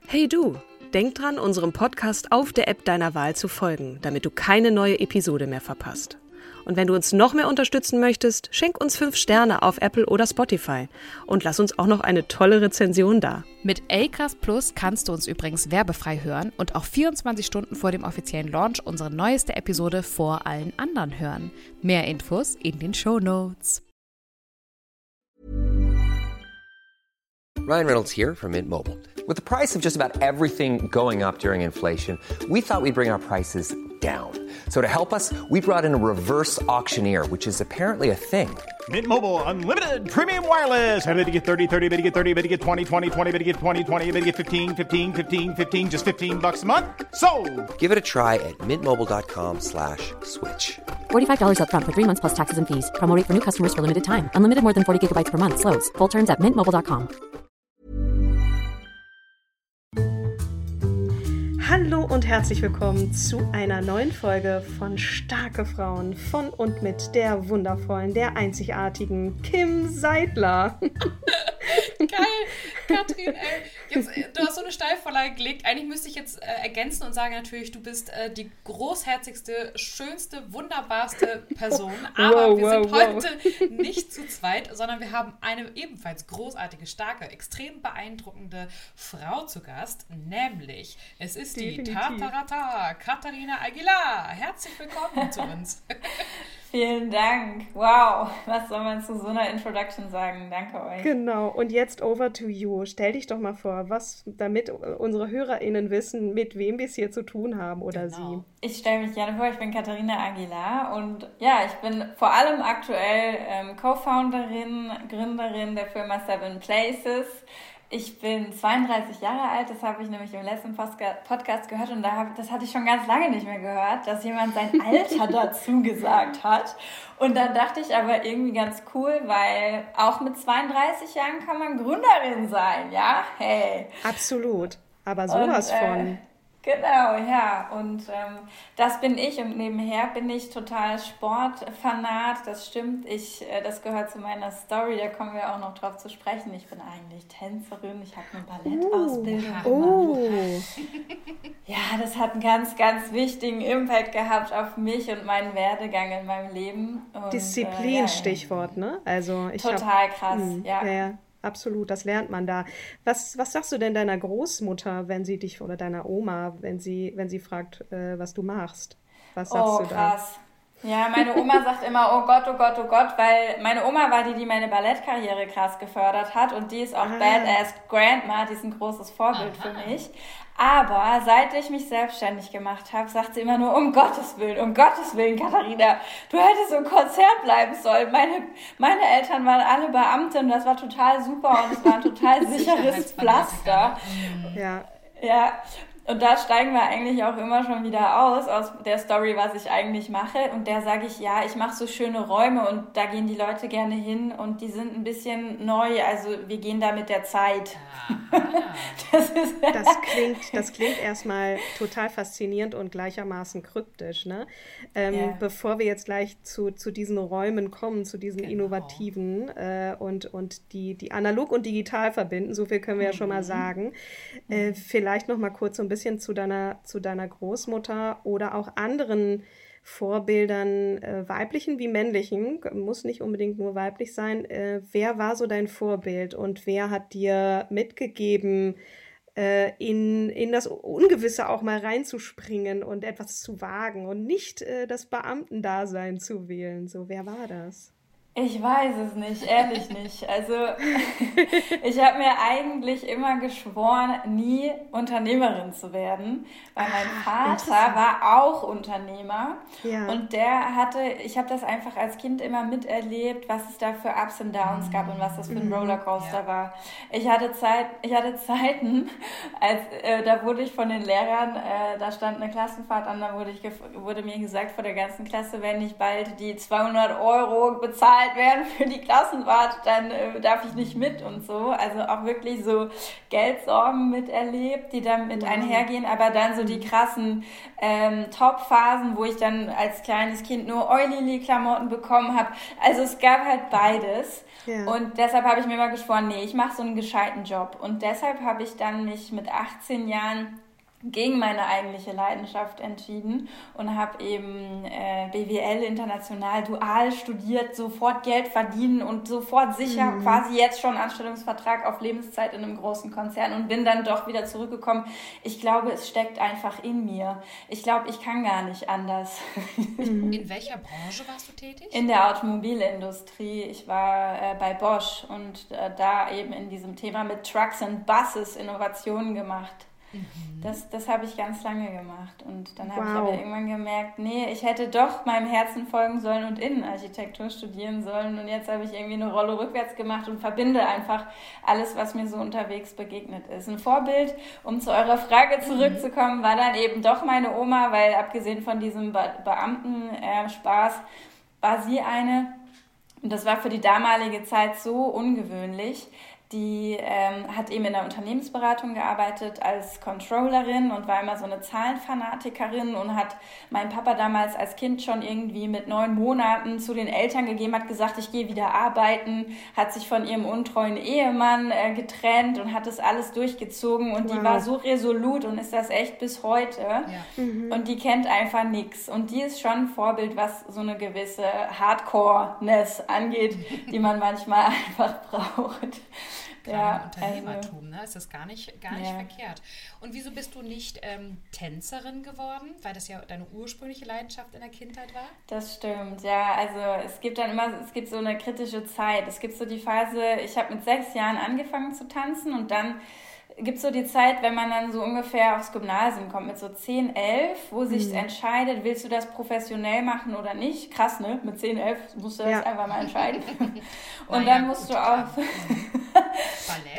Hey du, denk dran, unserem Podcast auf der App deiner Wahl zu folgen, damit du keine neue Episode mehr verpasst. Und wenn du uns noch mehr unterstützen möchtest, schenk uns 5 Sterne auf Apple oder Spotify und lass uns auch noch eine tolle Rezension da. Mit Acast Plus kannst du uns übrigens werbefrei hören und auch 24 Stunden vor dem offiziellen Launch unsere neueste Episode vor allen anderen hören. Mehr Infos in den Shownotes. Ryan Reynolds here from Mint Mobile. With the price of just about everything going up during inflation, we thought we'd bring our prices down. So to help us, we brought in a reverse auctioneer, which is apparently a thing. Mint Mobile Unlimited Premium Wireless. How to get 30, 30, bit to get 30, bit to get 20, 20, 20, bit to get 20, 20, bit to get 15, 15, 15, 15, just $15 a month? Sold! Give it a try at mintmobile.com/switch. $45 up front for 3 months plus taxes and fees. Promo rate for new customers for limited time. Unlimited more than 40 gigabytes per month. Slows full terms at mintmobile.com. Hallo und herzlich willkommen zu einer neuen Folge von Starke Frauen von und mit der wundervollen, der einzigartigen Kim Seidler. Geil, Katrin, ey. Jetzt, du hast so eine Steilvorlage gelegt. Eigentlich müsste ich jetzt ergänzen und sagen natürlich, du bist die großherzigste, schönste, wunderbarste Person. Aber wir sind heute nicht zu zweit, sondern wir haben eine ebenfalls großartige, starke, extrem beeindruckende Frau zu Gast. Nämlich, es ist die Tatarata, Katharina Aguilar. Herzlich willkommen zu uns. Vielen Dank. Wow, was soll man zu so einer Introduction sagen? Danke euch. Genau, und jetzt over to you. Stell dich doch mal vor, damit unsere HörerInnen wissen, mit wem wir es hier zu tun haben oder sie. Ich stelle mich gerne vor, ich bin Katharina Aguilar und ja, ich bin vor allem aktuell Co-Founderin, Gründerin der Firma Seven Places. Ich bin 32 Jahre alt, das habe ich nämlich im letzten Podcast gehört und das hatte ich schon ganz lange nicht mehr gehört, dass jemand sein Alter dazu gesagt hat. Und dann dachte ich aber irgendwie ganz cool, weil auch mit 32 Jahren kann man Gründerin sein, ja? Hey. Absolut, aber sowas von. Genau, ja. Und das bin ich und nebenher bin ich total Sportfanat. Das stimmt. Das gehört zu meiner Story. Da kommen wir auch noch drauf zu sprechen. Ich bin eigentlich Tänzerin. Ich habe eine Ballettausbildung gemacht. Ja, das hat einen ganz, ganz wichtigen Impact gehabt auf mich und meinen Werdegang in meinem Leben. Und, Disziplin, Stichwort, ne? Also total krass, ja. Absolut, das lernt man da. Was sagst du denn deiner Großmutter, wenn sie dich, oder deiner Oma, wenn sie fragt, was du machst? Was sagst du da? Oh, krass. Ja, meine Oma sagt immer, oh Gott, oh Gott, oh Gott, weil meine Oma war die meine Ballettkarriere krass gefördert hat und die ist auch Badass Grandma, die ist ein großes Vorbild für mich. Aber seit ich mich selbstständig gemacht habe, sagt sie immer nur, um Gottes Willen, Katharina, du hättest im Konzert bleiben sollen. Meine Eltern waren alle Beamte und das war total super und es war ein total sicheres Pflaster. Ja. Und da steigen wir eigentlich auch immer schon wieder aus der Story, was ich eigentlich mache. Und der sage ich, ja, ich mache so schöne Räume und da gehen die Leute gerne hin und die sind ein bisschen neu. Also wir gehen da mit der Zeit. Das klingt erstmal total faszinierend und gleichermaßen kryptisch, ne? Bevor wir jetzt gleich zu diesen Räumen kommen, zu diesen innovativen und die analog und digital verbinden, so viel können wir ja schon mal sagen. Vielleicht noch mal kurz so ein bisschen zu deiner Großmutter oder auch anderen Vorbildern, weiblichen wie männlichen, muss nicht unbedingt nur weiblich sein. Wer war so dein Vorbild und wer hat dir mitgegeben, in das Ungewisse auch mal reinzuspringen und etwas zu wagen und nicht das Beamtendasein zu wählen? So, wer war das? Ich weiß es nicht, ehrlich nicht. Also ich habe mir eigentlich immer geschworen, nie Unternehmerin zu werden, weil mein Vater war auch Unternehmer und ich habe das einfach als Kind immer miterlebt, was es da für Ups und Downs gab und was das für ein Rollercoaster war. Ich hatte Zeiten, da wurde ich von den Lehrern, da stand eine Klassenfahrt an, da wurde mir gesagt vor der ganzen Klasse, wenn ich bald die 200 € bezahlen bezahlt werden für die Klassenfahrt, dann darf ich nicht mit und so. Also auch wirklich so Geldsorgen miterlebt, die damit einhergehen, aber dann so die krassen Top-Phasen, wo ich dann als kleines Kind nur Eulili-Klamotten bekommen habe. Also es gab halt beides. Ja. Und deshalb habe ich mir mal geschworen, nee, ich mache so einen gescheiten Job. Und deshalb habe ich dann mich mit 18 Jahren gegen meine eigentliche Leidenschaft entschieden und habe eben BWL international dual studiert, sofort Geld verdienen und sofort sicher quasi jetzt schon Anstellungsvertrag auf Lebenszeit in einem großen Konzern und bin dann doch wieder zurückgekommen. Ich glaube, es steckt einfach in mir. Ich glaube, ich kann gar nicht anders. In welcher Branche warst du tätig? In der Automobilindustrie. Ich war bei Bosch und da eben in diesem Thema mit Trucks and Buses Innovationen gemacht. Das habe ich ganz lange gemacht und dann habe ich aber irgendwann gemerkt, nee, ich hätte doch meinem Herzen folgen sollen und Innenarchitektur studieren sollen und jetzt habe ich irgendwie eine Rolle rückwärts gemacht und verbinde einfach alles, was mir so unterwegs begegnet ist. Ein Vorbild, um zu eurer Frage zurückzukommen, war dann eben doch meine Oma, weil abgesehen von diesem Beamten-Spaß war sie eine, und das war für die damalige Zeit so ungewöhnlich. Die hat eben in der Unternehmensberatung gearbeitet als Controllerin und war immer so eine Zahlenfanatikerin und hat meinem Papa damals als Kind schon irgendwie mit 9 Monaten zu den Eltern gegeben, hat gesagt, ich gehe wieder arbeiten, hat sich von ihrem untreuen Ehemann getrennt und hat das alles durchgezogen und die war so resolut und ist das echt bis heute. Ja. Und die kennt einfach nichts und die ist schon ein Vorbild, was so eine gewisse Hardcore-ness angeht, die man manchmal einfach braucht. Ja, Unternehmertum, ne? Ist das gar nicht verkehrt. Und wieso bist du nicht Tänzerin geworden? Weil das ja deine ursprüngliche Leidenschaft in der Kindheit war? Das stimmt, ja. Also es gibt so eine kritische Zeit. Es gibt so die Phase, ich habe mit 6 Jahren angefangen zu tanzen und dann gibt es so die Zeit, wenn man dann so ungefähr aufs Gymnasium kommt, mit so 10, 11, wo sich entscheidet, willst du das professionell machen oder nicht? Krass, ne? Mit 10, 11 musst du das einfach mal entscheiden. Und dann musst du auf... Ballett.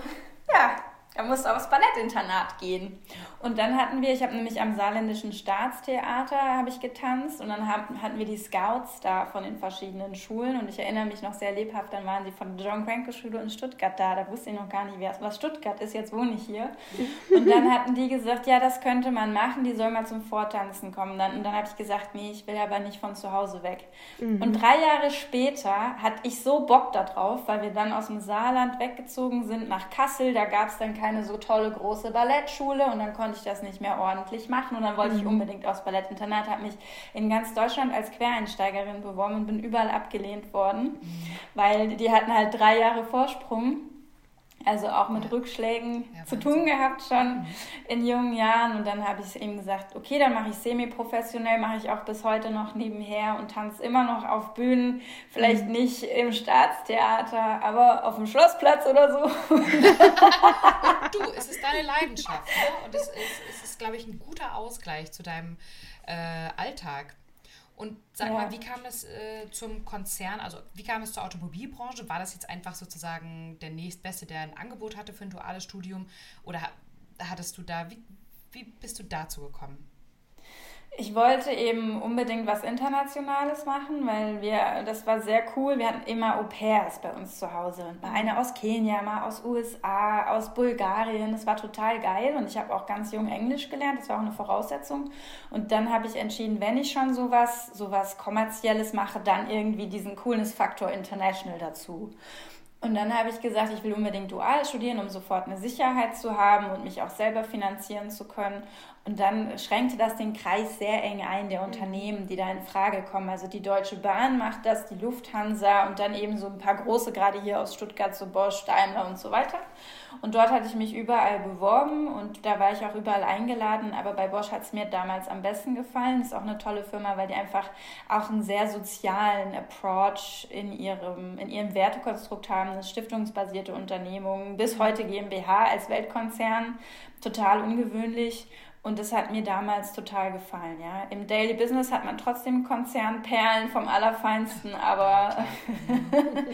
Da musst du aufs Ballettinternat gehen. Und dann ich habe nämlich am Saarländischen Staatstheater getanzt und dann hatten wir die Scouts da von den verschiedenen Schulen und ich erinnere mich noch sehr lebhaft, dann waren sie von der John-Cranke-Schule in Stuttgart da wusste ich noch gar nicht, was Stuttgart ist, jetzt wohne ich hier. Und dann hatten die gesagt, ja, das könnte man machen, die soll mal zum Vortanzen kommen. Und dann habe ich gesagt, nee, ich will aber nicht von zu Hause weg. Und 3 Jahre später hatte ich so Bock da drauf, weil wir dann aus dem Saarland weggezogen sind nach Kassel, da gab es dann keine so tolle große Ballettschule und dann konnte ich das nicht mehr ordentlich machen und dann wollte ich unbedingt aufs Ballettinternat, habe mich in ganz Deutschland als Quereinsteigerin beworben und bin überall abgelehnt worden, weil die hatten halt 3 Jahre Vorsprung, also auch mit Rückschlägen zu tun gehabt schon in jungen Jahren und dann habe ich eben gesagt, okay, dann mache ich semi-professionell, mache ich auch bis heute noch nebenher und tanze immer noch auf Bühnen, vielleicht nicht im Staatstheater, aber auf dem Schlossplatz oder so. Du, es ist deine Leidenschaft, ne? Und es ist, glaube ich, ein guter Ausgleich zu deinem Alltag. Und sag mal, wie kam das zum Konzern, also wie kam es zur Automobilbranche? War das jetzt einfach sozusagen der nächstbeste, der ein Angebot hatte für ein duales Studium? Oder hattest du da, wie bist du dazu gekommen? Ich wollte eben unbedingt was Internationales machen, weil das war sehr cool. Wir hatten immer Au-pairs bei uns zu Hause. Mal eine aus Kenia, mal aus USA, aus Bulgarien. Das war total geil und ich habe auch ganz jung Englisch gelernt. Das war auch eine Voraussetzung. Und dann habe ich entschieden, wenn ich schon sowas Kommerzielles mache, dann irgendwie diesen Coolness-Faktor International dazu. Und dann habe ich gesagt, ich will unbedingt dual studieren, um sofort eine Sicherheit zu haben und mich auch selber finanzieren zu können. Und dann schränkte das den Kreis sehr eng ein, der Unternehmen, die da in Frage kommen. Also die Deutsche Bahn macht das, die Lufthansa und dann eben so ein paar große, gerade hier aus Stuttgart, so Bosch, Daimler und so weiter. Und dort hatte ich mich überall beworben und da war ich auch überall eingeladen. Aber bei Bosch hat es mir damals am besten gefallen. Ist auch eine tolle Firma, weil die einfach auch einen sehr sozialen Approach in ihrem Wertekonstrukt haben. Eine stiftungsbasierte Unternehmung, bis heute GmbH als Weltkonzern, total ungewöhnlich. Und das hat mir damals total gefallen, ja. Im Daily Business hat man trotzdem Konzernperlen vom Allerfeinsten, aber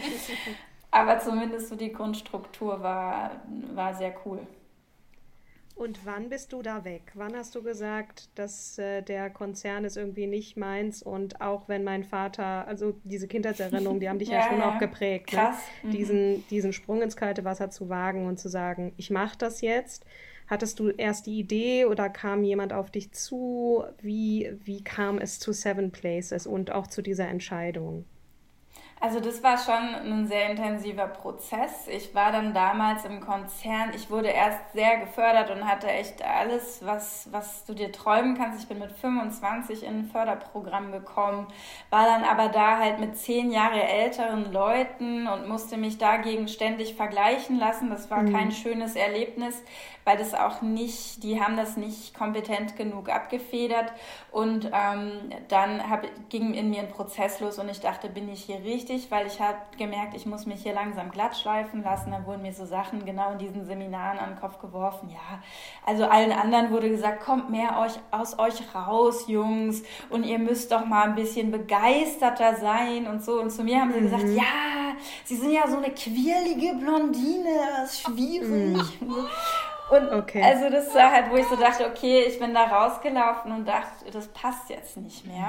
zumindest so die Grundstruktur war sehr cool. Und wann bist du da weg? Wann hast du gesagt, dass der Konzern ist irgendwie nicht meins und auch wenn mein Vater, also diese Kindheitserinnerungen, die haben dich ja schon auch geprägt, krass. Ne? Diesen Sprung ins kalte Wasser zu wagen und zu sagen, ich mache das jetzt. Hattest du erst die Idee oder kam jemand auf dich zu? Wie kam es zu Seven Places und auch zu dieser Entscheidung? Also das war schon ein sehr intensiver Prozess. Ich war dann damals im Konzern. Ich wurde erst sehr gefördert und hatte echt alles, was du dir träumen kannst. Ich bin mit 25 in ein Förderprogramm gekommen, war dann aber da halt mit 10 Jahre älteren Leuten und musste mich dagegen ständig vergleichen lassen. Das war kein schönes Erlebnis, weil das auch nicht, die haben das nicht kompetent genug abgefedert. Und dann ging in mir ein Prozess los und ich dachte, bin ich hier richtig? Weil ich habe gemerkt, ich muss mich hier langsam glatt schleifen lassen. Dann wurden mir so Sachen genau in diesen Seminaren an den Kopf geworfen. Ja, also allen anderen wurde gesagt, kommt mehr aus euch raus, Jungs. Und ihr müsst doch mal ein bisschen begeisterter sein und so. Und zu mir haben sie gesagt, ja, sie sind ja so eine quirlige Blondine, das ist schwierig. Und also das war halt, wo ich so dachte, okay, ich bin da rausgelaufen und dachte, das passt jetzt nicht mehr.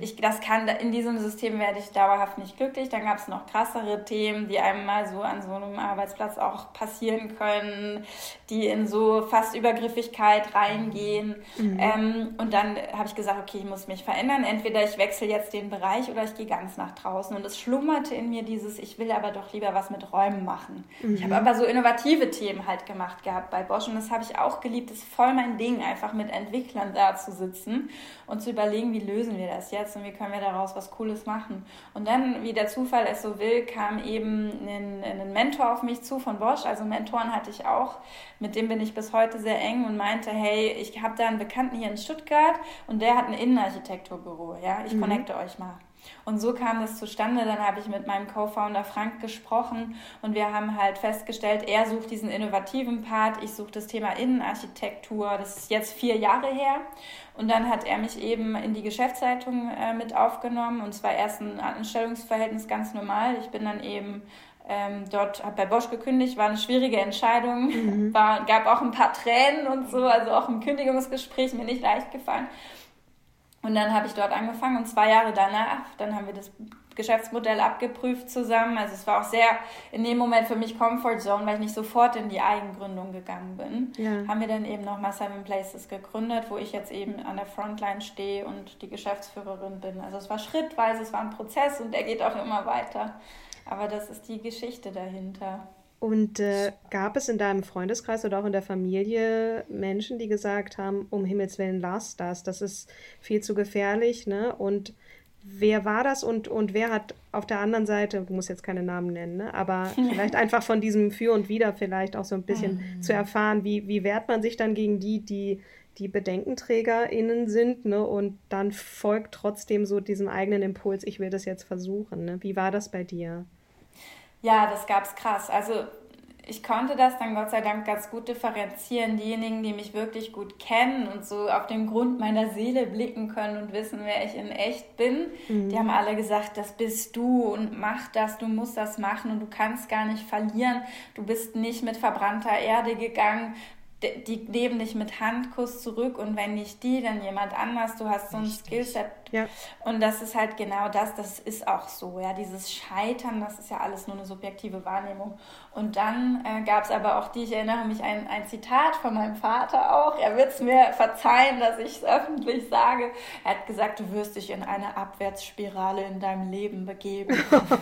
In diesem System werde ich dauerhaft nicht glücklich. Dann gab es noch krassere Themen, die einem mal so an so einem Arbeitsplatz auch passieren können, die in so fast Übergriffigkeit reingehen. Und dann habe ich gesagt, okay, ich muss mich verändern. Entweder ich wechsle jetzt den Bereich oder ich gehe ganz nach draußen. Und es schlummerte in mir ich will aber doch lieber was mit Räumen machen. Ich habe aber so innovative Themen halt gemacht gehabt bei Bosch. Und das habe ich auch geliebt. Das ist voll mein Ding, einfach mit Entwicklern da zu sitzen und zu überlegen, wie lösen wir das jetzt und wie können wir daraus was Cooles machen. Und dann, wie der Zufall es so will, kam eben ein Mentor auf mich zu von Bosch. Also Mentoren hatte ich auch. Mit dem bin ich bis heute sehr eng und meinte, hey, ich habe da einen Bekannten hier in Stuttgart und der hat ein Innenarchitekturbüro. Ja, ich connecte euch mal. Und so kam das zustande. Dann habe ich mit meinem Co-Founder Frank gesprochen und wir haben halt festgestellt, er sucht diesen innovativen Part, ich suche das Thema Innenarchitektur. Das ist jetzt 4 Jahre her. Und dann hat er mich eben in die Geschäftsleitung mit aufgenommen und zwar erst ein Anstellungsverhältnis ganz normal. Ich bin dann eben dort, habe bei Bosch gekündigt, war eine schwierige Entscheidung, gab auch ein paar Tränen und so, also auch im Kündigungsgespräch mir nicht leicht gefallen. Und dann habe ich dort angefangen und 2 Jahre danach, dann haben wir das Geschäftsmodell abgeprüft zusammen. Also es war auch sehr in dem Moment für mich Comfort Zone, weil ich nicht sofort in die Eigengründung gegangen bin. Ja. Haben wir dann eben nochmal Seven Places gegründet, wo ich jetzt eben an der Frontline stehe und die Geschäftsführerin bin. Also es war schrittweise, es war ein Prozess und der geht auch immer weiter. Aber das ist die Geschichte dahinter. Und gab es in deinem Freundeskreis oder auch in der Familie Menschen, die gesagt haben, um Himmels Willen, lass das ist viel zu gefährlich, ne? Und wer war das und wer hat auf der anderen Seite, du musst jetzt keine Namen nennen, ne? Aber vielleicht einfach von diesem Für und Wider vielleicht auch so ein bisschen zu erfahren, wie wehrt man sich dann gegen die BedenkenträgerInnen sind, ne? Und dann folgt trotzdem so diesem eigenen Impuls, ich will das jetzt versuchen, ne? Wie war das bei dir? Ja, das gab's krass. Also ich konnte das dann Gott sei Dank ganz gut differenzieren. Diejenigen, die mich wirklich gut kennen und so auf den Grund meiner Seele blicken können und wissen, wer ich in echt bin, die haben alle gesagt, das bist du und mach das, du musst das machen und du kannst gar nicht verlieren. Du bist nicht mit verbrannter Erde gegangen. Die nehmen dich mit Handkuss zurück und wenn nicht die, dann jemand anders. Du hast so ein Skillset. Ja. Und das ist halt genau das ist auch so. Ja, dieses Scheitern, das ist ja alles nur eine subjektive Wahrnehmung. Und dann gab es aber auch ich erinnere mich an ein Zitat von meinem Vater auch. Er wird es mir verzeihen, dass ich es öffentlich sage. Er hat gesagt, du wirst dich in eine Abwärtsspirale in deinem Leben begeben.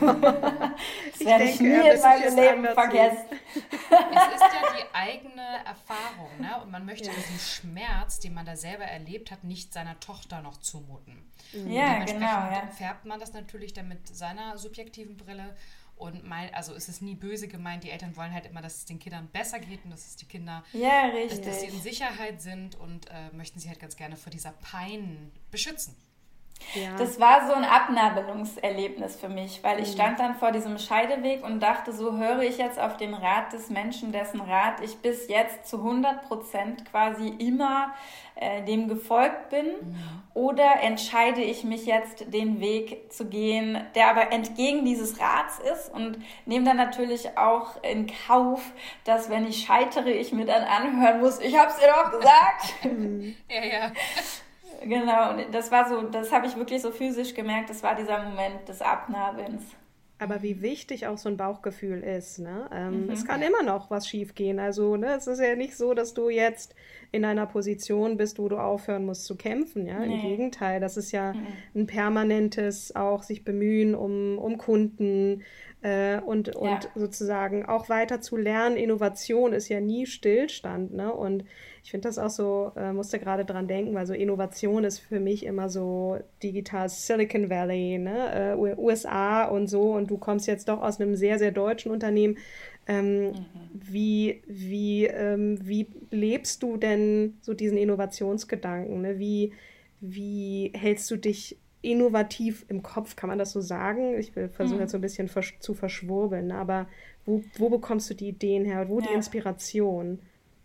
Das werde ich nie in meinem Leben vergessen. Es ist ja die eigene Erfahrung, ne? Und man möchte diesen Schmerz, den man da selber erlebt hat, nicht seiner Tochter noch zumuten. Ja, genau. Ja. Färbt man das natürlich dann mit seiner subjektiven Brille und also es ist nie böse gemeint, die Eltern wollen halt immer, dass es den Kindern besser geht und dass es die Kinder, dass sie in Sicherheit sind und möchten sie halt ganz gerne vor dieser Pein beschützen. Ja. Das war so ein Abnabelungserlebnis für mich, weil ich stand dann vor diesem Scheideweg und dachte, so höre ich jetzt auf den Rat des Menschen, dessen Rat ich bis jetzt zu 100% quasi immer dem gefolgt bin, oder entscheide ich mich jetzt, den Weg zu gehen, der aber entgegen dieses Rats ist, und nehme dann natürlich auch in Kauf, dass, wenn ich scheitere, ich mir dann anhören muss, ich hab's dir doch gesagt. Ja. Genau, und das war so, das habe ich wirklich so physisch gemerkt, das war dieser Moment des Abnabelns. Aber wie wichtig auch so ein Bauchgefühl ist, ne? Es kann immer noch was schief gehen. Also, ne, es ist ja nicht so, dass du jetzt in einer Position bist, wo du aufhören musst zu kämpfen, ja? Im Gegenteil, das ist ja ein permanentes auch sich bemühen um Kunden und sozusagen auch weiter zu lernen. Innovation ist ja nie Stillstand, ne? Und ich finde das auch so, musste gerade dran denken, weil so Innovation ist für mich immer so digital Silicon Valley, ne? USA und so, und du kommst jetzt doch aus einem sehr, sehr deutschen Unternehmen. Wie lebst du denn so diesen Innovationsgedanken? Ne? Wie hältst du dich innovativ im Kopf? Kann man das so sagen? Ich versuche jetzt so ein bisschen zu verschwurbeln, ne? Aber wo bekommst du die Ideen her? Wo die Inspiration?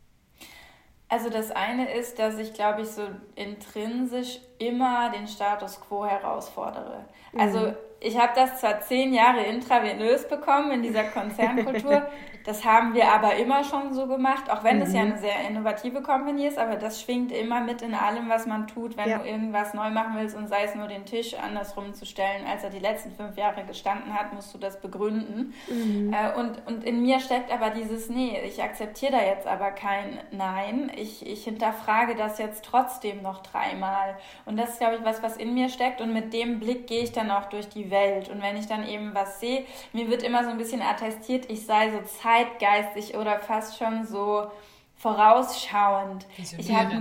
Also das eine ist, dass ich, glaube ich, so intrinsisch immer den Status quo herausfordere. Also ich habe das zwar 10 Jahre intravenös bekommen in dieser Konzernkultur, das haben wir aber immer schon so gemacht, auch wenn es ja eine sehr innovative Company ist, aber das schwingt immer mit in allem, was man tut, wenn du irgendwas neu machen willst, und sei es nur den Tisch andersrum zu stellen, als er die letzten 5 Jahre gestanden hat, musst du das begründen. Und in mir steckt aber dieses, nee, ich akzeptiere da jetzt aber kein Nein, ich hinterfrage das jetzt trotzdem noch 3-mal. Und das ist, glaube ich, was in mir steckt, und mit dem Blick gehe ich dann auch durch die Welt. Und wenn ich dann eben was sehe, mir wird immer so ein bisschen attestiert, ich sei so zeitgeistig oder fast schon so vorausschauend. Ich habe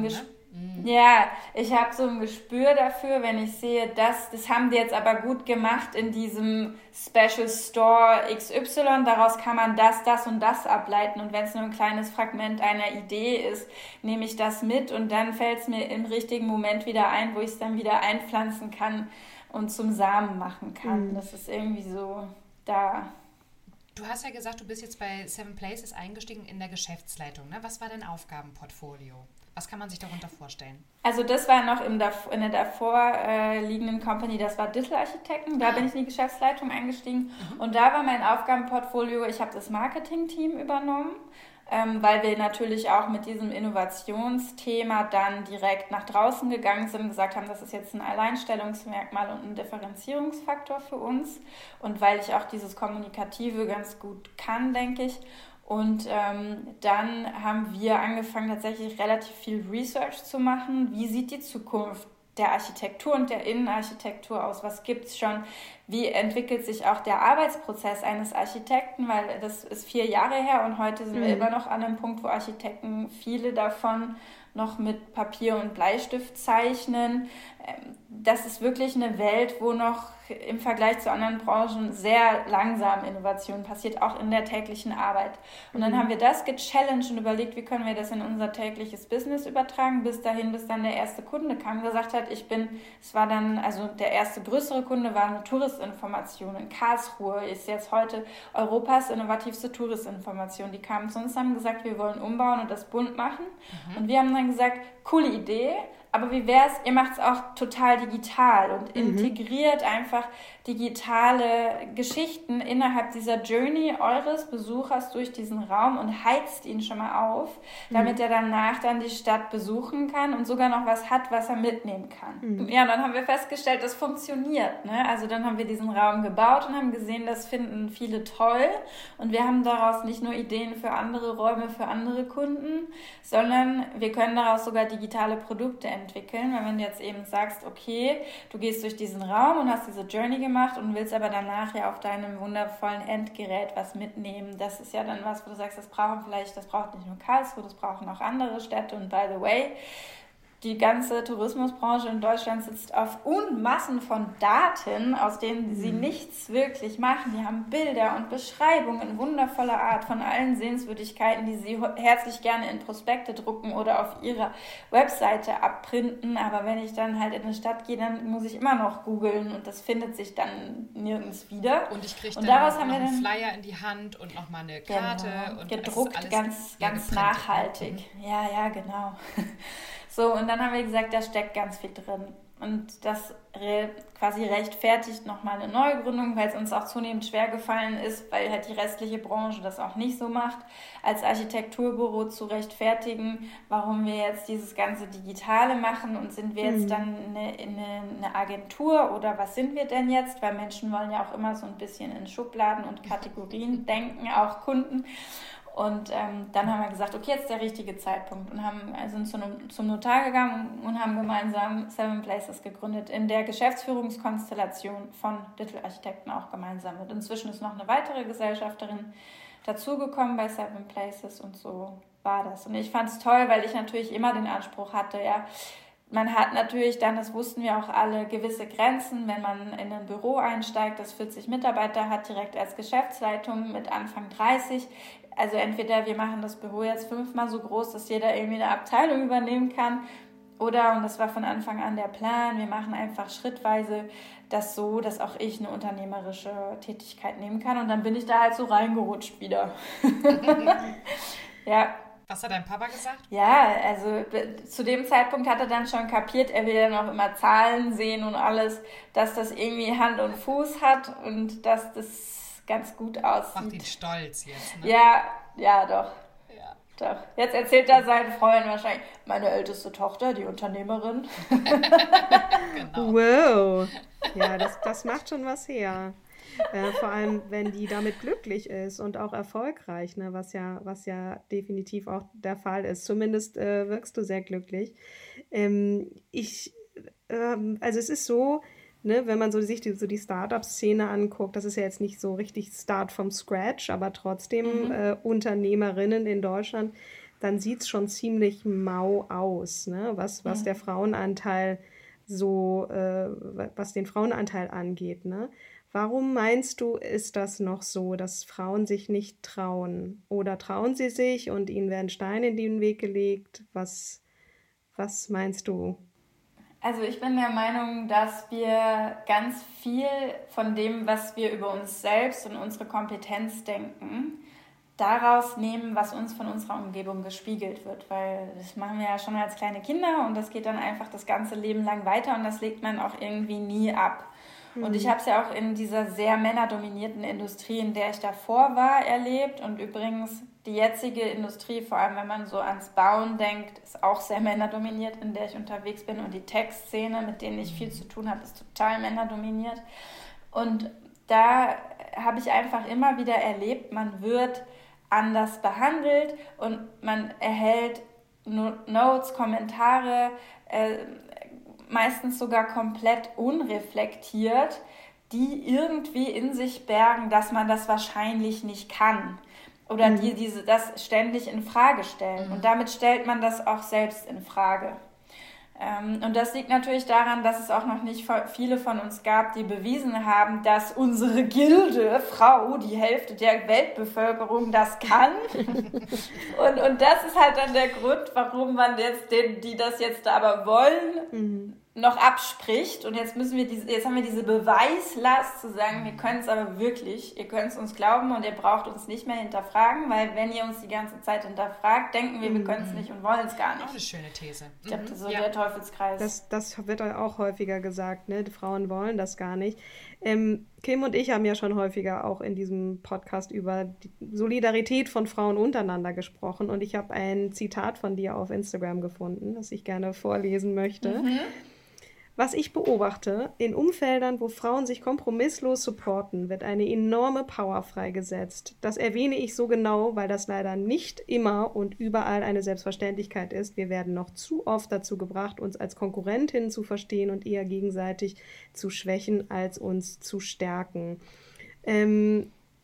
ich habe so ein Gespür dafür, wenn ich sehe, das haben die jetzt aber gut gemacht in diesem Special Store XY, daraus kann man das und das ableiten, und wenn es nur ein kleines Fragment einer Idee ist, nehme ich das mit, und dann fällt es mir im richtigen Moment wieder ein, wo ich es dann wieder einpflanzen kann und zum Samen machen kann. Das ist irgendwie so da. Du hast ja gesagt, du bist jetzt bei Seven Places eingestiegen in der Geschäftsleitung, ne? Was war dein Aufgabenportfolio? Was kann man sich darunter vorstellen? Also das war noch in der davor liegenden Company, das war Digital Architekten. Da bin ich in die Geschäftsleitung eingestiegen. Und da war mein Aufgabenportfolio, ich habe das Marketing-Team übernommen, weil wir natürlich auch mit diesem Innovationsthema dann direkt nach draußen gegangen sind und gesagt haben, das ist jetzt ein Alleinstellungsmerkmal und ein Differenzierungsfaktor für uns. Und weil ich auch dieses Kommunikative ganz gut kann, denke ich. Und dann haben wir angefangen, tatsächlich relativ viel Research zu machen. Wie sieht die Zukunft der Architektur und der Innenarchitektur aus? Was gibt es schon? Wie entwickelt sich auch der Arbeitsprozess eines Architekten? Weil das ist 4 Jahre her, und heute sind wir immer noch an einem Punkt, wo Architekten, viele davon, noch mit Papier und Bleistift zeichnen. Das ist wirklich eine Welt, wo noch im Vergleich zu anderen Branchen sehr langsam Innovation passiert, auch in der täglichen Arbeit. Und dann haben wir das gechallenged und überlegt, wie können wir das in unser tägliches Business übertragen, bis dann der erste Kunde kam und gesagt hat, der erste größere Kunde war eine Touristinformation in Karlsruhe, ist jetzt heute Europas innovativste Touristinformation. Die kamen zu uns und haben gesagt, wir wollen umbauen und das bunt machen. Und wir haben dann gesagt, coole Idee, aber wie wär's, ihr macht's auch total digital und integriert einfach digitale Geschichten innerhalb dieser Journey eures Besuchers durch diesen Raum und heizt ihn schon mal auf, damit er danach dann die Stadt besuchen kann und sogar noch was hat, was er mitnehmen kann. Ja, und dann haben wir festgestellt, das funktioniert, ne? Also dann haben wir diesen Raum gebaut und haben gesehen, das finden viele toll, und wir haben daraus nicht nur Ideen für andere Räume, für andere Kunden, sondern wir können daraus sogar digitale Produkte entwickeln, weil wenn du jetzt eben sagst, okay, du gehst durch diesen Raum und hast diese Journey gemacht und willst aber danach ja auf deinem wundervollen Endgerät was mitnehmen, das ist ja dann was, wo du sagst, das braucht nicht nur Karlsruhe, das brauchen auch andere Städte, und by the way, die ganze Tourismusbranche in Deutschland sitzt auf Unmassen von Daten, aus denen sie nichts wirklich machen. Die haben Bilder und Beschreibungen in wundervoller Art von allen Sehenswürdigkeiten, die sie herzlich gerne in Prospekte drucken oder auf ihrer Webseite abprinten. Aber wenn ich dann halt in eine Stadt gehe, dann muss ich immer noch googeln und das findet sich dann nirgends wieder. Und ich kriege dann noch einen Flyer in die Hand und nochmal eine Karte. Genau, und gedruckt, ganz nachhaltig. Ja, genau. So, und dann haben wir gesagt, da steckt ganz viel drin. Und das quasi rechtfertigt nochmal eine Neugründung, weil es uns auch zunehmend schwer gefallen ist, weil halt die restliche Branche das auch nicht so macht, als Architekturbüro zu rechtfertigen, warum wir jetzt dieses ganze Digitale machen und sind wir jetzt dann eine Agentur oder was sind wir denn jetzt? Weil Menschen wollen ja auch immer so ein bisschen in Schubladen und Kategorien denken, auch Kunden. Und dann haben wir gesagt, okay, jetzt ist der richtige Zeitpunkt und sind zum Notar gegangen und haben gemeinsam Seven Places gegründet, in der Geschäftsführungskonstellation von Digital Architekten auch gemeinsam. Und inzwischen ist noch eine weitere Gesellschafterin dazugekommen bei Seven Places und so war das. Und ich fand es toll, weil ich natürlich immer den Anspruch hatte, ja, man hat natürlich dann, das wussten wir auch alle, gewisse Grenzen, wenn man in ein Büro einsteigt, das 40 Mitarbeiter hat, direkt als Geschäftsleitung mit Anfang 30. Also entweder wir machen das Büro jetzt 5-mal so groß, dass jeder irgendwie eine Abteilung übernehmen kann, oder, und das war von Anfang an der Plan, wir machen einfach schrittweise das so, dass auch ich eine unternehmerische Tätigkeit nehmen kann. Und dann bin ich da halt so reingerutscht wieder. Ja. Was hat dein Papa gesagt? Ja, also zu dem Zeitpunkt hat er dann schon kapiert, er will dann auch immer Zahlen sehen und alles, dass das irgendwie Hand und Fuß hat und dass das ganz gut aussieht. Macht ihn stolz jetzt, ne? Ja, doch. Ja. Doch. Jetzt erzählt er seinen Freunden wahrscheinlich, meine älteste Tochter, die Unternehmerin. Genau. Wow. Ja, das macht schon was her. Vor allem, wenn die damit glücklich ist und auch erfolgreich, ne, was ja definitiv auch der Fall ist. Zumindest wirkst du sehr glücklich. Also es ist so, ne, wenn man sich die Startup-Szene anguckt, das ist ja jetzt nicht so richtig Start from Scratch, aber trotzdem Unternehmerinnen in Deutschland, dann sieht es schon ziemlich mau aus, ne, was der Frauenanteil was den Frauenanteil angeht, ne? Warum meinst du, ist das noch so, dass Frauen sich nicht trauen? Oder trauen sie sich und ihnen werden Steine in den Weg gelegt? Was meinst du? Also ich bin der Meinung, dass wir ganz viel von dem, was wir über uns selbst und unsere Kompetenz denken, daraus nehmen, was uns von unserer Umgebung gespiegelt wird. Weil das machen wir ja schon als kleine Kinder und das geht dann einfach das ganze Leben lang weiter und das legt man auch irgendwie nie ab. Und ich habe es ja auch in dieser sehr männerdominierten Industrie, in der ich davor war, erlebt. Und übrigens die jetzige Industrie, vor allem wenn man so ans Bauen denkt, ist auch sehr männerdominiert, in der ich unterwegs bin. Und die Tech-Szene, mit denen ich viel zu tun habe, ist total männerdominiert. Und da habe ich einfach immer wieder erlebt, man wird anders behandelt und man erhält Notes, Kommentare, meistens sogar komplett unreflektiert, die irgendwie in sich bergen, dass man das wahrscheinlich nicht kann oder die das ständig in Frage stellen. Und damit stellt man das auch selbst in Frage. Und das liegt natürlich daran, dass es auch noch nicht viele von uns gab, die bewiesen haben, dass unsere Gilde Frau, die Hälfte der Weltbevölkerung, das kann. und das ist halt dann der Grund, warum man jetzt die das jetzt aber wollen, noch abspricht. Und jetzt haben wir diese Beweislast zu sagen, wir können es aber wirklich, ihr könnt es uns glauben und ihr braucht uns nicht mehr hinterfragen, weil wenn ihr uns die ganze Zeit hinterfragt, denken wir können es nicht und wollen es gar nicht. Auch eine schöne These. Ich glaube, das ist so der Teufelskreis. Das wird auch häufiger gesagt, ne? Die Frauen wollen das gar nicht. Kim und ich haben ja schon häufiger auch in diesem Podcast über die Solidarität von Frauen untereinander gesprochen und ich habe ein Zitat von dir auf Instagram gefunden, das ich gerne vorlesen möchte. Was ich beobachte, in Umfeldern, wo Frauen sich kompromisslos supporten, wird eine enorme Power freigesetzt. Das erwähne ich so genau, weil das leider nicht immer und überall eine Selbstverständlichkeit ist. Wir werden noch zu oft dazu gebracht, uns als Konkurrentinnen zu verstehen und eher gegenseitig zu schwächen, als uns zu stärken.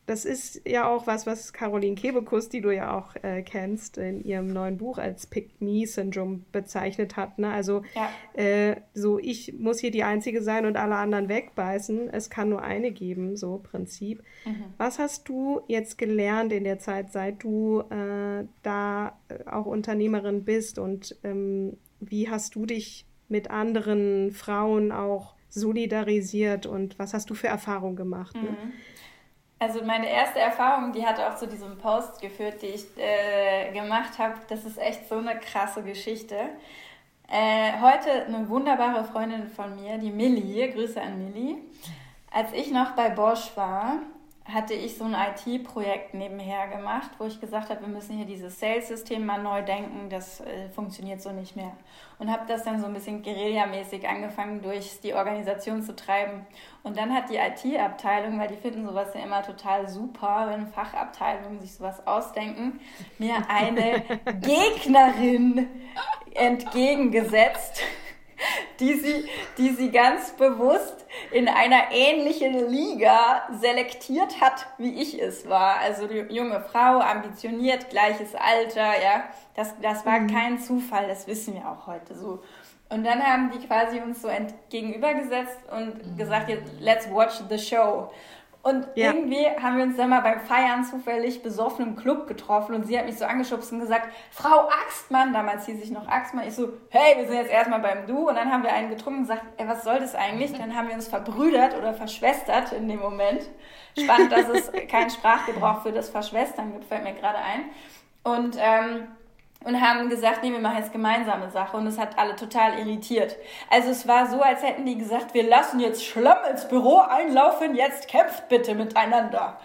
das ist ja auch was Caroline Kebekus, die du ja auch kennst, in ihrem neuen Buch als Pick-Me-Syndrom bezeichnet hat. Ne? Also so, ich muss hier die Einzige sein und alle anderen wegbeißen. Es kann nur eine geben, so Prinzip. Was hast du jetzt gelernt in der Zeit, seit du da auch Unternehmerin bist, und wie hast du dich mit anderen Frauen auch solidarisiert und was hast du für Erfahrungen gemacht? Ne? Also meine erste Erfahrung, die hat auch zu diesem Post geführt, die ich gemacht habe. Das ist echt so eine krasse Geschichte. Heute eine wunderbare Freundin von mir, die Millie, Grüße an Millie. Als ich noch bei Bosch war, hatte ich so ein IT-Projekt nebenher gemacht, wo ich gesagt habe, wir müssen hier dieses Sales-System mal neu denken, das funktioniert so nicht mehr. Und habe das dann so ein bisschen guerillamäßig angefangen, durch die Organisation zu treiben. Und dann hat die IT-Abteilung, weil die finden sowas ja immer total super, wenn Fachabteilungen sich sowas ausdenken, mir eine Gegnerin entgegengesetzt, die sie ganz bewusst in einer ähnlichen Liga selektiert hat, wie ich es war. Also die junge Frau, ambitioniert, gleiches Alter, ja. Das war kein Zufall, das wissen wir auch heute so. Und dann haben die quasi uns so gegenübergesetzt und gesagt, let's watch the show. Und irgendwie haben wir uns dann mal beim Feiern zufällig besoffen im Club getroffen und sie hat mich so angeschubst und gesagt, Frau Axtmann, damals hieß ich noch Axtmann, ich so, hey, wir sind jetzt erstmal beim Du, und dann haben wir einen getrunken und gesagt, ey, was soll das eigentlich? Dann haben wir uns verbrüdert oder verschwestert in dem Moment. Spannend, dass es keinen Sprachgebrauch für das Verschwestern gibt, fällt mir gerade ein. Und haben gesagt, nee, wir machen jetzt gemeinsame Sache, und es hat alle total irritiert. Also es war so, als hätten die gesagt, wir lassen jetzt Schlamm ins Büro einlaufen, jetzt kämpft bitte miteinander.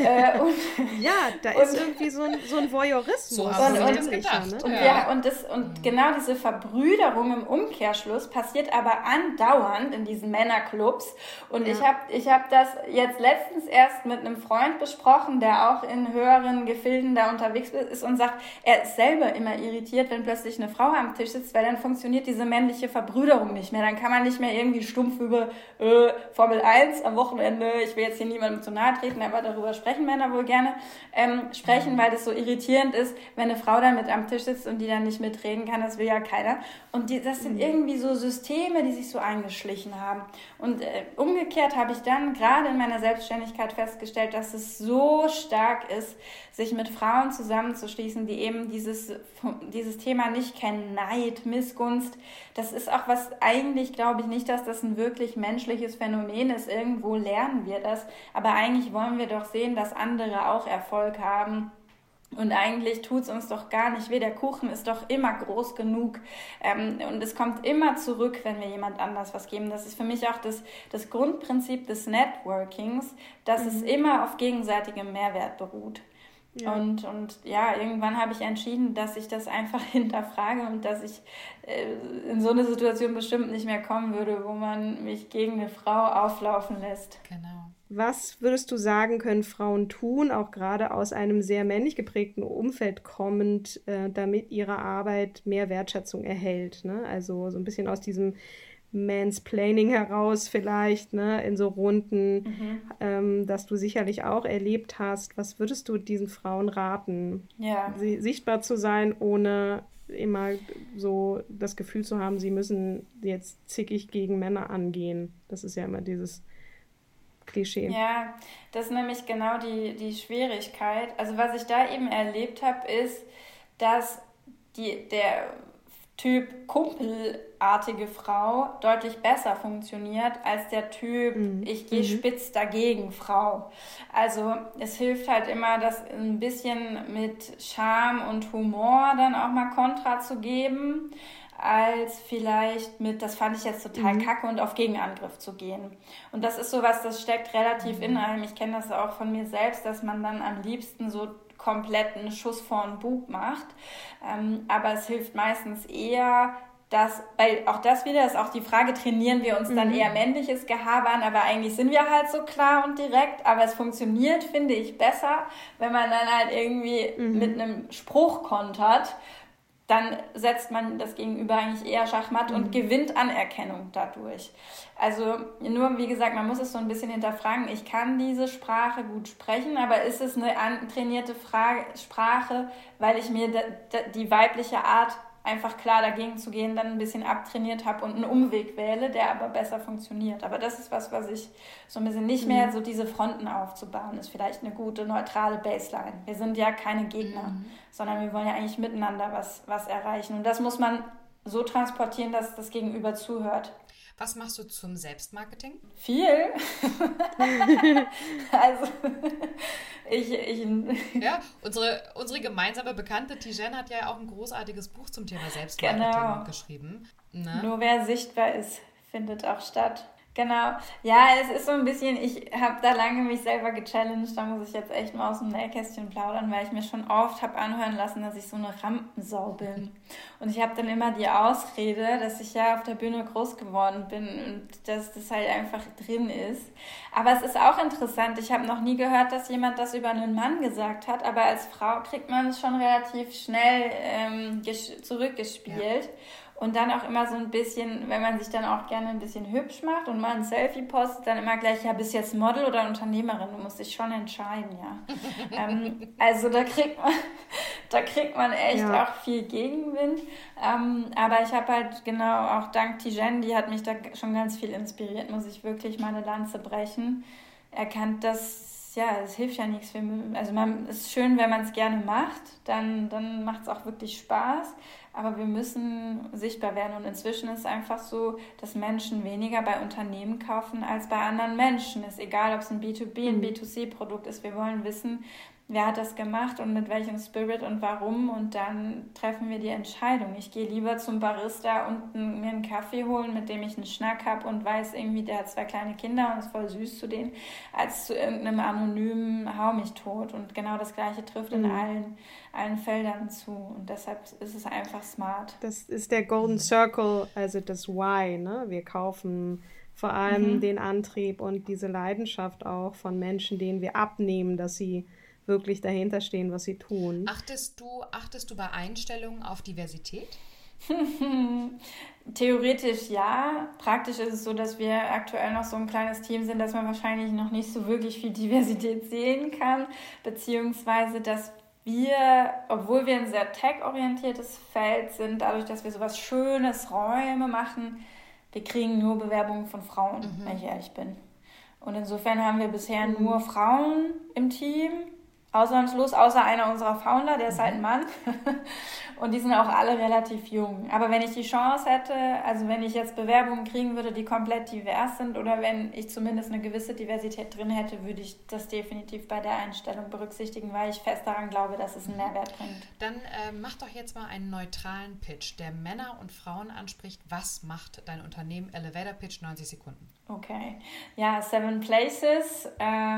Da ist irgendwie so ein Voyeurismus. So haben wir das gedacht. Und genau diese Verbrüderung im Umkehrschluss passiert aber andauernd in diesen Männerclubs. Und ich hab das jetzt letztens erst mit einem Freund besprochen, der auch in höheren Gefilden da unterwegs ist und sagt, er ist selber immer irritiert, wenn plötzlich eine Frau am Tisch sitzt, weil dann funktioniert diese männliche Verbrüderung nicht mehr. Dann kann man nicht mehr irgendwie stumpf über Formel 1 am Wochenende, ich will jetzt hier niemandem zu nahe treten, aber darüber sprechen Männer wohl gerne, sprechen, weil das so irritierend ist, wenn eine Frau dann mit am Tisch sitzt und die dann nicht mitreden kann, das will ja keiner. Und das sind irgendwie so Systeme, die sich so eingeschlichen haben. Und umgekehrt habe ich dann gerade in meiner Selbstständigkeit festgestellt, dass es so stark ist, sich mit Frauen zusammenzuschließen, die eben dieses Thema nicht kennen, Neid, Missgunst. Das ist auch was, eigentlich glaube ich nicht, dass das ein wirklich menschliches Phänomen ist. Irgendwo lernen wir das. Aber eigentlich wollen wir doch sehen, dass andere auch Erfolg haben. Und eigentlich tut es uns doch gar nicht weh. Der Kuchen ist doch immer groß genug. Und es kommt immer zurück, wenn wir jemand anders was geben. Das ist für mich auch das Grundprinzip des Networkings, dass es immer auf gegenseitigem Mehrwert beruht. Ja. Und irgendwann habe ich entschieden, dass ich das einfach hinterfrage und dass ich in so eine Situation bestimmt nicht mehr kommen würde, wo man mich gegen eine Frau auflaufen lässt. Genau. Was würdest du sagen, können Frauen tun, auch gerade aus einem sehr männlich geprägten Umfeld kommend, damit ihre Arbeit mehr Wertschätzung erhält? Ne? Also so ein bisschen aus diesem Mansplaining heraus vielleicht, ne, in so Runden, das du sicherlich auch erlebt hast. Was würdest du diesen Frauen raten? Ja. Sichtbar zu sein, ohne immer so das Gefühl zu haben, sie müssen jetzt zickig gegen Männer angehen. Das ist ja immer dieses Klischee. Ja, das ist nämlich genau die Schwierigkeit. Also was ich da eben erlebt habe, ist, dass der Typ kumpelartige Frau deutlich besser funktioniert als der Typ ich gehe spitz dagegen Frau. Also es hilft halt immer, das ein bisschen mit Charme und Humor dann auch mal Kontra zu geben, als vielleicht mit, das fand ich jetzt total kacke, und auf Gegenangriff zu gehen. Und das ist sowas, das steckt relativ in einem. Ich kenne das auch von mir selbst, dass man dann am liebsten so kompletten Schuss vor den Bug macht. Aber es hilft meistens eher, weil auch das wieder ist auch die Frage, trainieren wir uns dann eher männliches Gehabe an, aber eigentlich sind wir halt so klar und direkt, aber es funktioniert, finde ich, besser, wenn man dann halt irgendwie mit einem Spruch kontert, dann setzt man das Gegenüber eigentlich eher Schachmatt und gewinnt Anerkennung dadurch. Also nur, wie gesagt, man muss es so ein bisschen hinterfragen. Ich kann diese Sprache gut sprechen, aber ist es eine antrainierte Sprache, weil ich mir die weibliche Art einfach klar dagegen zu gehen, dann ein bisschen abtrainiert habe und einen Umweg wähle, der aber besser funktioniert. Aber das ist was ich so ein bisschen nicht mehr so diese Fronten aufzubauen, ist vielleicht eine gute, neutrale Baseline. Wir sind ja keine Gegner, sondern wir wollen ja eigentlich miteinander was erreichen. Und das muss man so transportieren, dass das Gegenüber zuhört. Was machst du zum Selbstmarketing? Viel. Also, Ja, unsere gemeinsame Bekannte Tijen hat ja auch ein großartiges Buch zum Thema Selbstmarketing geschrieben. Ne? Nur wer sichtbar ist, findet auch statt. Genau. Ja, es ist so ein bisschen, ich habe da lange mich selber gechallenged, da muss ich jetzt echt mal aus dem Nähkästchen plaudern, weil ich mir schon oft habe anhören lassen, dass ich so eine Rampensau bin. Und ich habe dann immer die Ausrede, dass ich ja auf der Bühne groß geworden bin und dass das halt einfach drin ist. Aber es ist auch interessant, ich habe noch nie gehört, dass jemand das über einen Mann gesagt hat, aber als Frau kriegt man es schon relativ schnell zurückgespielt. Ja. Und dann auch immer so ein bisschen, wenn man sich dann auch gerne ein bisschen hübsch macht und mal ein Selfie postet, dann immer gleich, ja, bist du jetzt Model oder Unternehmerin? Du musst dich schon entscheiden, ja. Also da kriegt man echt auch viel Gegenwind. Aber ich habe halt genau auch dank Tijen, die hat mich da schon ganz viel inspiriert, muss ich wirklich mal eine Lanze brechen, erkannt, dass es hilft ja nichts. Also es ist schön, wenn man es gerne macht, dann macht es auch wirklich Spaß. Aber wir müssen sichtbar werden. Und inzwischen ist es einfach so, dass Menschen weniger bei Unternehmen kaufen als bei anderen Menschen. Ist egal, ob es ein B2B, ein B2C-Produkt ist. Wir wollen wissen, wer hat das gemacht und mit welchem Spirit und warum. Und dann treffen wir die Entscheidung. Ich gehe lieber zum Barista und mir einen Kaffee holen, mit dem ich einen Schnack habe und weiß irgendwie, der hat 2 kleine Kinder und ist voll süß zu denen, als zu irgendeinem anonymen Hau mich tot. Und genau das Gleiche trifft in allen Feldern zu. Und deshalb ist es einfach smart. Das ist der Golden Circle, also das Why, ne? Wir kaufen vor allem den Antrieb und diese Leidenschaft auch von Menschen, denen wir abnehmen, dass sie wirklich dahinter stehen, was sie tun. Achtest du bei Einstellungen auf Diversität? Theoretisch ja. Praktisch ist es so, dass wir aktuell noch so ein kleines Team sind, dass man wahrscheinlich noch nicht so wirklich viel Diversität sehen kann, beziehungsweise dass wir, obwohl wir ein sehr tech-orientiertes Feld sind, dadurch, dass wir sowas Schönes, Räume machen, wir kriegen nur Bewerbungen von Frauen, wenn ich ehrlich bin. Und insofern haben wir bisher nur Frauen im Team, ausnahmslos, außer einer unserer Founder, der ist halt ein Mann. Und die sind auch alle relativ jung. Aber wenn ich die Chance hätte, also wenn ich jetzt Bewerbungen kriegen würde, die komplett divers sind oder wenn ich zumindest eine gewisse Diversität drin hätte, würde ich das definitiv bei der Einstellung berücksichtigen, weil ich fest daran glaube, dass es einen Mehrwert bringt. Dann mach doch jetzt mal einen neutralen Pitch, der Männer und Frauen anspricht. Was macht dein Unternehmen? Elevator Pitch, 90 Sekunden. Okay. Ja, 7 Places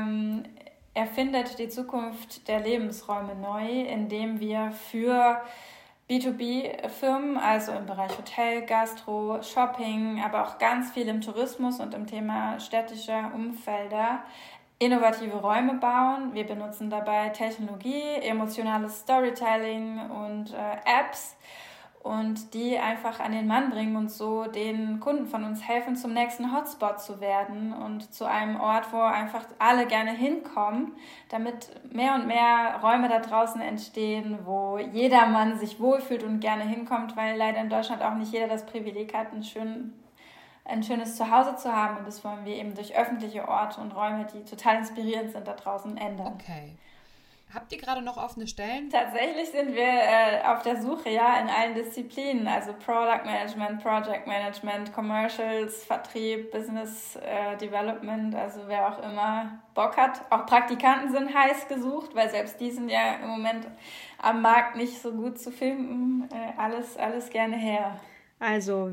erfindet die Zukunft der Lebensräume neu, indem wir für B2B-Firmen, also im Bereich Hotel, Gastro, Shopping, aber auch ganz viel im Tourismus und im Thema städtischer Umfelder, innovative Räume bauen. Wir benutzen dabei Technologie, emotionales Storytelling und Apps und die einfach an den Mann bringen und so den Kunden von uns helfen, zum nächsten Hotspot zu werden und zu einem Ort, wo einfach alle gerne hinkommen, damit mehr und mehr Räume da draußen entstehen, wo jeder Mann sich wohlfühlt und gerne hinkommt, weil leider in Deutschland auch nicht jeder das Privileg hat, ein schönes Zuhause zu haben. Und das wollen wir eben durch öffentliche Orte und Räume, die total inspirierend sind, da draußen ändern. Okay. Habt ihr gerade noch offene Stellen? Tatsächlich sind wir auf der Suche, in allen Disziplinen, also Product Management, Project Management, Commercials, Vertrieb, Business Development, also wer auch immer Bock hat. Auch Praktikanten sind heiß gesucht, weil selbst die sind ja im Moment am Markt nicht so gut zu finden. Alles gerne her. Also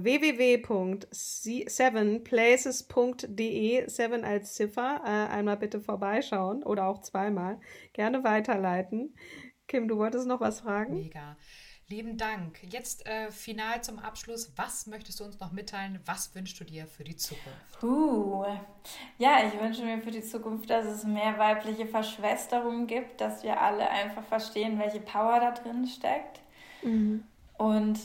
www.7places.de, 7 als Ziffer, einmal bitte vorbeischauen oder auch zweimal, gerne weiterleiten. Kim, du wolltest noch was fragen? Mega. Lieben Dank. Jetzt final zum Abschluss. Was möchtest du uns noch mitteilen? Was wünschst du dir für die Zukunft? Ja, ich wünsche mir für die Zukunft, dass es mehr weibliche Verschwesterung gibt, dass wir alle einfach verstehen, welche Power da drin steckt. Und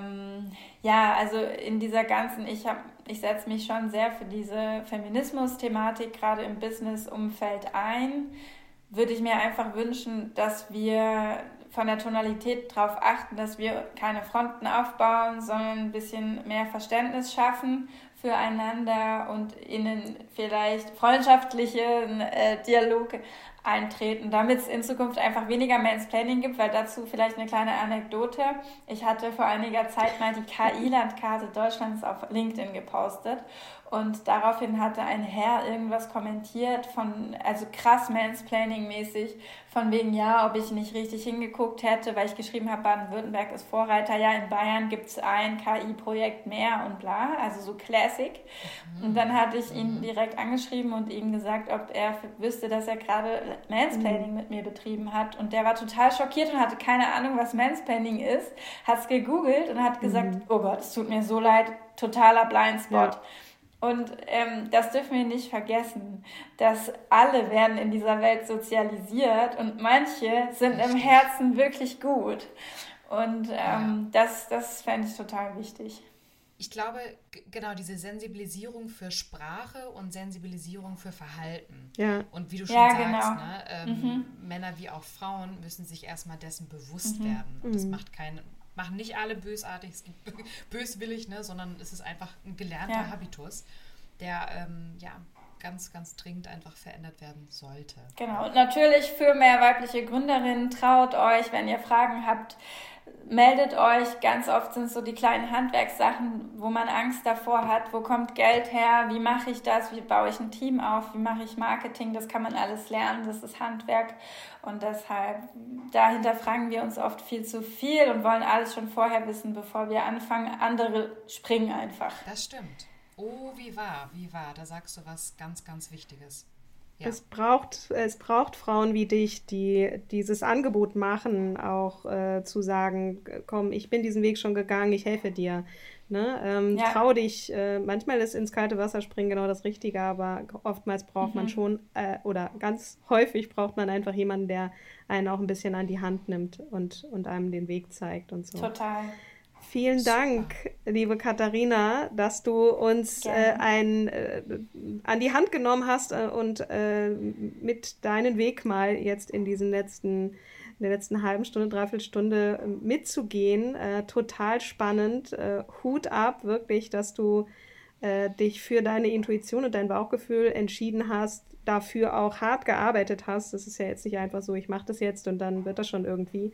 also in dieser ganzen, ich setze mich schon sehr für diese Feminismus-Thematik gerade im Business-Umfeld ein. Würde ich mir einfach wünschen, dass wir von der Tonalität darauf achten, dass wir keine Fronten aufbauen, sondern ein bisschen mehr Verständnis schaffen füreinander und ihnen vielleicht freundschaftliche Dialoge eintreten, damit es in Zukunft einfach weniger Mansplaining gibt, weil dazu vielleicht eine kleine Anekdote. Ich hatte vor einiger Zeit mal die KI-Landkarte Deutschlands auf LinkedIn gepostet und daraufhin hatte ein Herr irgendwas kommentiert also krass Mansplaining-mäßig, von wegen, ja, ob ich nicht richtig hingeguckt hätte, weil ich geschrieben habe, Baden-Württemberg ist Vorreiter, ja, in Bayern gibt es ein KI-Projekt mehr und bla, also so Classic. Und dann hatte ich ihn direkt angeschrieben und ihm gesagt, ob er wüsste, dass er gerade Mansplaining mit mir betrieben hat. Und der war total schockiert und hatte keine Ahnung, was Mansplaining ist, hat es gegoogelt und hat gesagt, oh Gott, es tut mir so leid, totaler Blindspot. Ja. Und das dürfen wir nicht vergessen, dass alle werden in dieser Welt sozialisiert und manche sind im Herzen wirklich gut. Und das fände ich total wichtig. Ich glaube, genau, diese Sensibilisierung für Sprache und Sensibilisierung für Verhalten. Ja. Und wie du schon sagst, genau. Ne, Männer wie auch Frauen müssen sich erstmal dessen bewusst werden. Und das machen nicht alle bösartig, es gibt böswillig, ne, sondern es ist einfach ein gelernter Habitus, der ganz, ganz dringend einfach verändert werden sollte. Genau, und natürlich für mehr weibliche Gründerinnen, traut euch, wenn ihr Fragen habt, meldet euch. Ganz oft sind es so die kleinen Handwerkssachen, wo man Angst davor hat, wo kommt Geld her, wie mache ich das, wie baue ich ein Team auf, wie mache ich Marketing, das kann man alles lernen, das ist Handwerk und deshalb, dahinter fragen wir uns oft viel zu viel und wollen alles schon vorher wissen, bevor wir anfangen, andere springen einfach. Das stimmt. Oh, wie wahr, da sagst du was ganz, ganz Wichtiges. Ja. Es braucht Frauen wie dich, die dieses Angebot machen, auch zu sagen, komm, ich bin diesen Weg schon gegangen, ich helfe dir. Ne? Trau dich, manchmal ist ins kalte Wasser springen genau das Richtige, aber oftmals braucht man schon, oder ganz häufig braucht man einfach jemanden, der einen auch ein bisschen an die Hand nimmt und einem den Weg zeigt und so. Total. Vielen Dank, liebe Katharina, dass du uns an die Hand genommen hast und mit deinen Weg mal jetzt in der letzten halben Stunde, Dreiviertelstunde mitzugehen. Total spannend. Hut ab, wirklich, dass du dich für deine Intuition und dein Bauchgefühl entschieden hast, dafür auch hart gearbeitet hast. Das ist ja jetzt nicht einfach so, ich mache das jetzt und dann wird das schon irgendwie.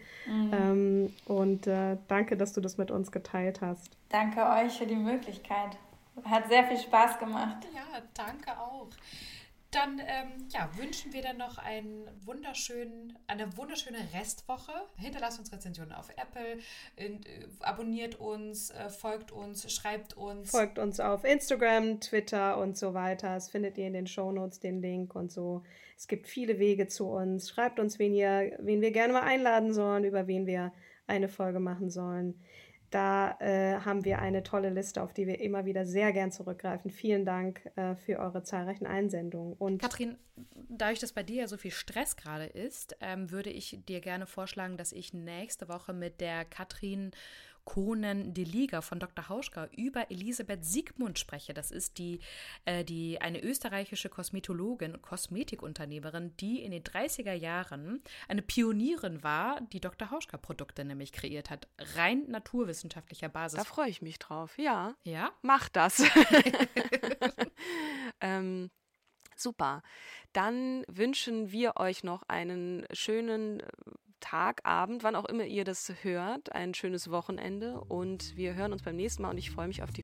Danke, dass du das mit uns geteilt hast. Danke euch für die Möglichkeit. Hat sehr viel Spaß gemacht. Ja, danke auch. Dann wünschen wir dann noch eine wunderschöne Restwoche. Hinterlasst uns Rezensionen auf Apple, abonniert uns, folgt uns, schreibt uns. Folgt uns auf Instagram, Twitter und so weiter. Das findet ihr in den Shownotes, den Link und so. Es gibt viele Wege zu uns. Schreibt uns, wen wir gerne mal einladen sollen, über wen wir eine Folge machen sollen. Da haben wir eine tolle Liste, auf die wir immer wieder sehr gern zurückgreifen. Vielen Dank für eure zahlreichen Einsendungen. Und Katrin, dadurch, dass bei dir ja so viel Stress gerade ist, würde ich dir gerne vorschlagen, dass ich nächste Woche mit der Katrin Kohnen-Deliger von Dr. Hauschka über Elisabeth Siegmund spreche. Das ist eine österreichische Kosmetologin und Kosmetikunternehmerin, die in den 30er Jahren eine Pionierin war, die Dr. Hauschka-Produkte nämlich kreiert hat. Rein naturwissenschaftlicher Basis. Da freue ich mich drauf. Ja? Ja? Mach das. Super. Dann wünschen wir euch noch einen schönen Tag, Abend, wann auch immer ihr das hört, ein schönes Wochenende und wir hören uns beim nächsten Mal und ich freue mich auf die.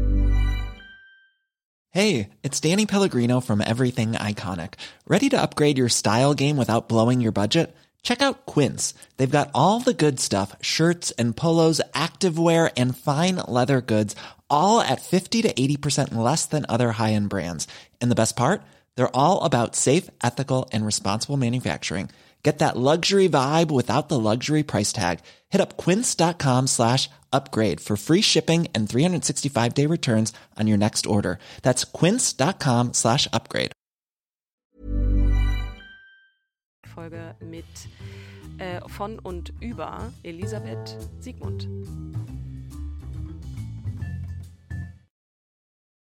Hey, it's Danny Pellegrino from Everything Iconic. Ready to upgrade your style game without blowing your budget? Check out Quince. They've got all the good stuff, shirts and polos, activewear and fine leather goods, all at 50 to 80% less than other high-end brands. And the best part? They're all about safe, ethical and responsible manufacturing. Get that luxury vibe without the luxury price tag. Hit up quince.com/upgrade for free shipping and 365-day returns on your next order. That's quince.com/upgrade. Folge mit von und über Elisabeth Siegmund.